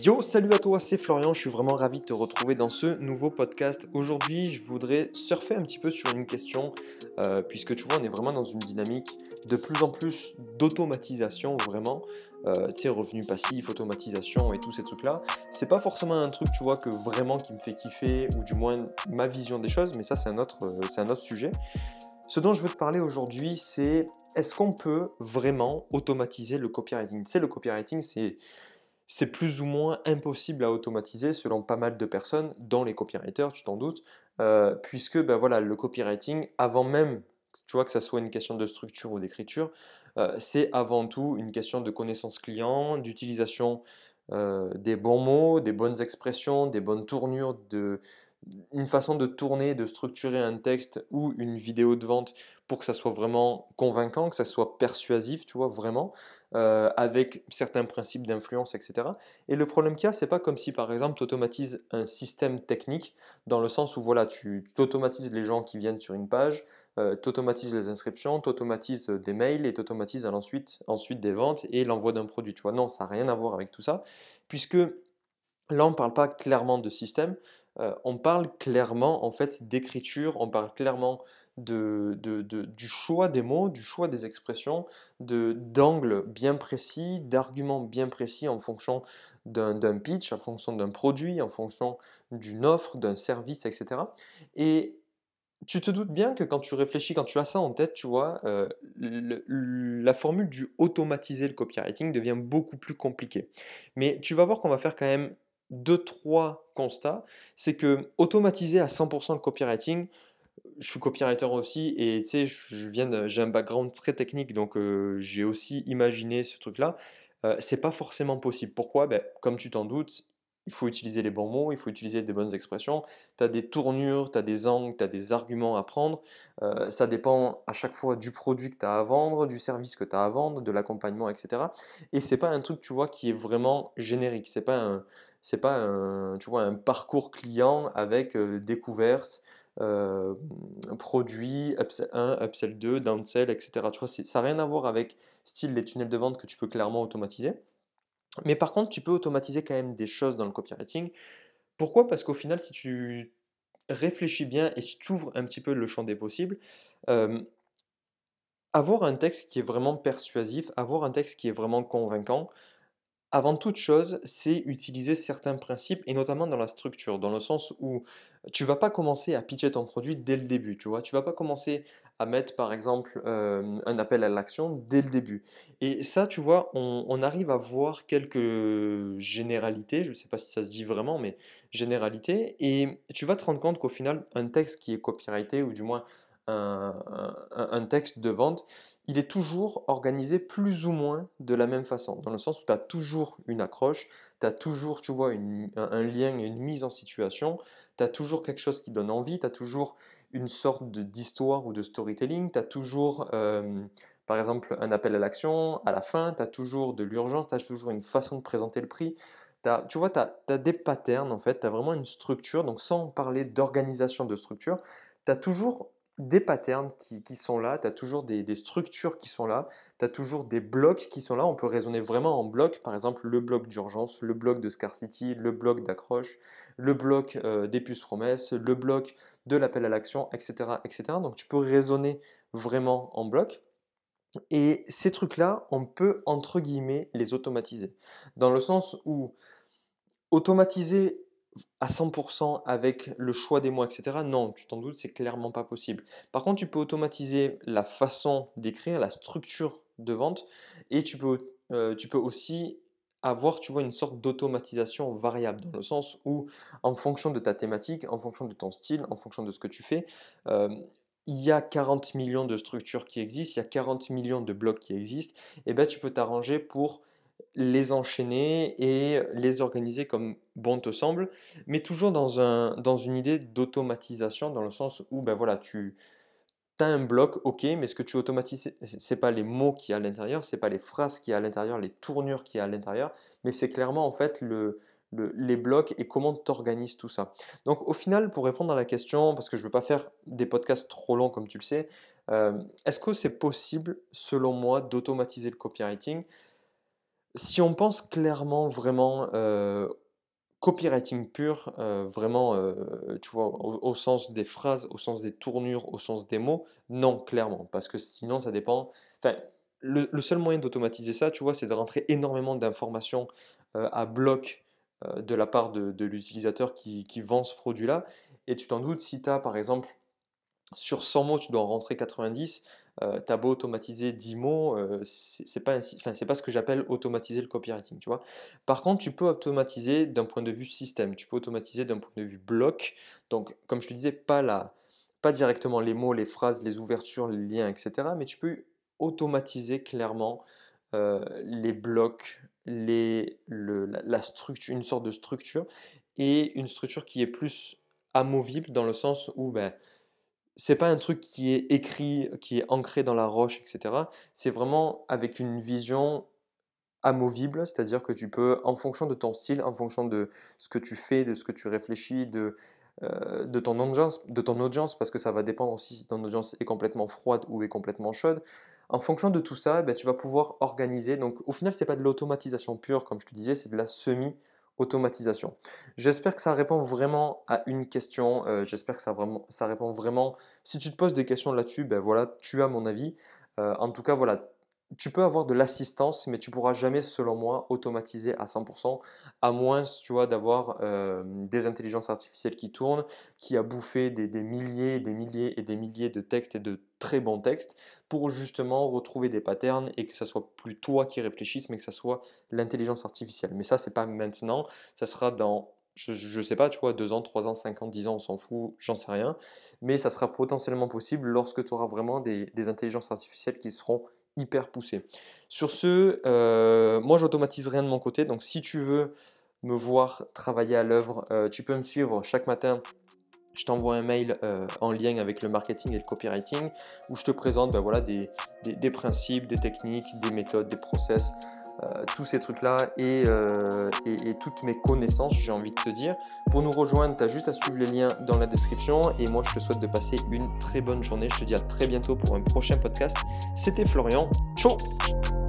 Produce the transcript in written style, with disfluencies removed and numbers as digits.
Yo, salut à toi, c'est Florian, je suis vraiment ravi de te retrouver dans ce nouveau podcast. Aujourd'hui, je voudrais surfer un petit peu sur une question, puisque tu vois, on est vraiment dans une dynamique de plus en plus d'automatisation, vraiment. Tu sais, revenus passifs, automatisation et tous ces trucs-là. C'est pas forcément un truc, tu vois, que vraiment qui me fait kiffer, ou du moins ma vision des choses, mais ça, c'est un autre sujet. Ce dont je veux te parler aujourd'hui, c'est est-ce qu'on peut vraiment automatiser le copywriting? Tu sais, le copywriting, c'est plus ou moins impossible à automatiser selon pas mal de personnes, dont les copywriters, tu t'en doutes, puisque ben voilà, le copywriting, avant même tu vois, que ça soit une question de structure ou d'écriture, c'est avant tout une question de connaissance client, d'utilisation des bons mots, des bonnes expressions, des bonnes tournures, une façon de tourner, de structurer un texte ou une vidéo de vente pour que ça soit vraiment convaincant, que ça soit persuasif, tu vois, vraiment avec certains principes d'influence, etc. Et le problème qu'il y a, c'est pas comme si par exemple tu automatises un système technique dans le sens où voilà, tu automatises les gens qui viennent sur une page, tu automatises les inscriptions, tu automatises des mails et tu automatises ensuite des ventes et l'envoi d'un produit. Tu vois, non, ça n'a rien à voir avec tout ça, puisque là, on ne parle pas clairement de système, on parle clairement en fait d'écriture, on parle clairement du choix des mots, du choix des expressions, d'angles bien précis, d'arguments bien précis en fonction d'un pitch, en fonction d'un produit, en fonction d'une offre, d'un service, etc. Et tu te doutes bien que quand tu réfléchis, quand tu as ça en tête, tu vois, la formule du automatiser le copywriting devient beaucoup plus compliquée. Mais tu vas voir qu'on va faire quand même deux, trois constats. C'est que automatiser à 100% le copywriting, je suis copywriter aussi et tu sais, j'ai un background très technique, donc j'ai aussi imaginé ce truc-là. C'est pas forcément possible. Pourquoi? Ben, comme tu t'en doutes, il faut utiliser les bons mots, il faut utiliser des bonnes expressions. Tu as des tournures, tu as des angles, tu as des arguments à prendre. Ça dépend à chaque fois du produit que tu as à vendre, du service que tu as à vendre, de l'accompagnement, etc. Et c'est pas un truc, tu vois, qui est vraiment générique. C'est pas un, tu vois, un parcours client avec découverte, euh, produit, upsell 1, upsell 2, downsell, etc. Tu vois, ça n'a rien à voir avec style les tunnels de vente que tu peux clairement automatiser. Mais par contre, tu peux automatiser quand même des choses dans le copywriting. Pourquoi? Parce qu'au final, si tu réfléchis bien et si tu ouvres un petit peu le champ des possibles, euh, avoir un texte qui est vraiment persuasif, avoir un texte qui est vraiment convaincant, avant toute chose, c'est utiliser certains principes et notamment dans la structure, dans le sens où tu vas pas commencer à pitcher ton produit dès le début, tu vois. Tu vas pas commencer à mettre par exemple un appel à l'action dès le début. Et ça, tu vois, on arrive à voir quelques généralités, je ne sais pas si ça se dit vraiment, mais généralités, et tu vas te rendre compte qu'au final, un texte qui est copyrighté, ou du moins un texte de vente, il est toujours organisé plus ou moins de la même façon, dans le sens où tu as toujours une accroche, tu as toujours, tu vois, un lien et une mise en situation, tu as toujours quelque chose qui donne envie, tu as toujours une sorte d'histoire ou de storytelling, tu as toujours, par exemple, un appel à l'action à la fin, tu as toujours de l'urgence, tu as toujours une façon de présenter le prix. Tu vois, tu as des patterns, en fait, tu as vraiment une structure, donc sans parler d'organisation de structure, tu as toujours des patterns qui sont là, tu as toujours des structures qui sont là, tu as toujours des blocs qui sont là. On peut raisonner vraiment en blocs, par exemple le bloc d'urgence, le bloc de scarcity, le bloc d'accroche, le bloc des puces promesses, le bloc de l'appel à l'action, etc., etc. Donc tu peux raisonner vraiment en blocs. Et ces trucs-là, on peut entre guillemets les automatiser. Dans le sens où automatiser à 100% avec le choix des mots, etc. Non, tu t'en doutes, c'est clairement pas possible. Par contre, tu peux automatiser la façon d'écrire, la structure de vente, et tu peux aussi avoir, tu vois, une sorte d'automatisation variable, dans le sens où, en fonction de ta thématique, en fonction de ton style, en fonction de ce que tu fais, euh, il y a 40 millions de structures qui existent, il y a 40 millions de blocs qui existent, et ben tu peux t'arranger pour les enchaîner et les organiser comme bon te semble, mais toujours dans une idée d'automatisation, dans le sens où ben voilà, tu as un bloc, ok, mais ce que tu automatises, c'est pas les mots qu'il y a à l'intérieur, c'est pas les phrases qu'il y a à l'intérieur, les tournures qu'il y a à l'intérieur, mais c'est clairement en fait les blocs et comment tu organises tout ça. Donc au final, pour répondre à la question, parce que je ne veux pas faire des podcasts trop longs comme tu le sais, est-ce que c'est possible, selon moi, d'automatiser le copywriting? Si on pense clairement vraiment, copywriting pur, vraiment, tu vois, au sens des phrases, au sens des tournures, au sens des mots, non, clairement. Parce que sinon ça dépend enfin, le seul moyen d'automatiser ça, tu vois, c'est de rentrer énormément d'informations, à bloc, de la part de l'utilisateur qui vend ce produit-là et tu t'en doutes, si tu as par exemple sur 100 mots, tu dois en rentrer 90, tu beau automatiser 10 mots, c'est pas ainsi enfin, c'est pas ce que j'appelle automatiser le copywriting, tu vois? Par contre, tu peux automatiser d'un point de vue système, tu peux automatiser d'un point de vue bloc. Donc, comme je te disais, pas directement les mots, les phrases, les ouvertures, les liens et cetera, mais tu peux automatiser clairement, les blocs, la structure une sorte de structure et une structure qui est plus amovible dans le sens où, ben, c'est pas un truc qui est écrit, qui est ancré dans la roche et cetera. C'est vraiment avec une vision amovible, c'est-à-dire que tu peux, en fonction de ton style, en fonction de ce que tu fais, de ce que tu réfléchis, de ton audience, parce que ça va dépendre aussi si ton audience est complètement froide ou est complètement chaude. En fonction de tout ça, tu vas pouvoir organiser. Donc au final, c'est pas de l'automatisation pure, comme je te disais, c'est de la semi-automatisation. J'espère que ça répond vraiment à une question. J'espère que ça répond vraiment. Si tu te poses des questions là-dessus, voilà, tu as mon avis. En tout cas, voilà, tu peux avoir de l'assistance, mais tu pourras jamais, selon moi, automatiser à 100%, à moins, tu vois, d'avoir des intelligences artificielles qui tournent, qui a bouffé des milliers, des milliers et des milliers de textes et de très bons textes pour justement retrouver des patterns et que ça soit plus toi qui réfléchisses, mais que ça soit l'intelligence artificielle. Mais ça, c'est pas maintenant, ça sera dans, je sais pas, tu vois, 2 ans, 3 ans, 5 ans, 10 ans, on s'en fout, j'en sais rien. Mais ça sera potentiellement possible lorsque tu auras vraiment des intelligences artificielles qui seront hyper poussées. Sur ce, moi j'automatise rien de mon côté, donc si tu veux me voir travailler à l'œuvre, tu peux me suivre chaque matin. Je t'envoie un mail en lien avec le marketing et le copywriting où je te présente voilà, des principes, des techniques, des méthodes, des process, tous ces trucs-là et toutes mes connaissances, j'ai envie de te dire. Pour nous rejoindre, tu as juste à suivre les liens dans la description et moi je te souhaite de passer une très bonne journée. Je te dis à très bientôt pour un prochain podcast. C'était Florian. Ciao.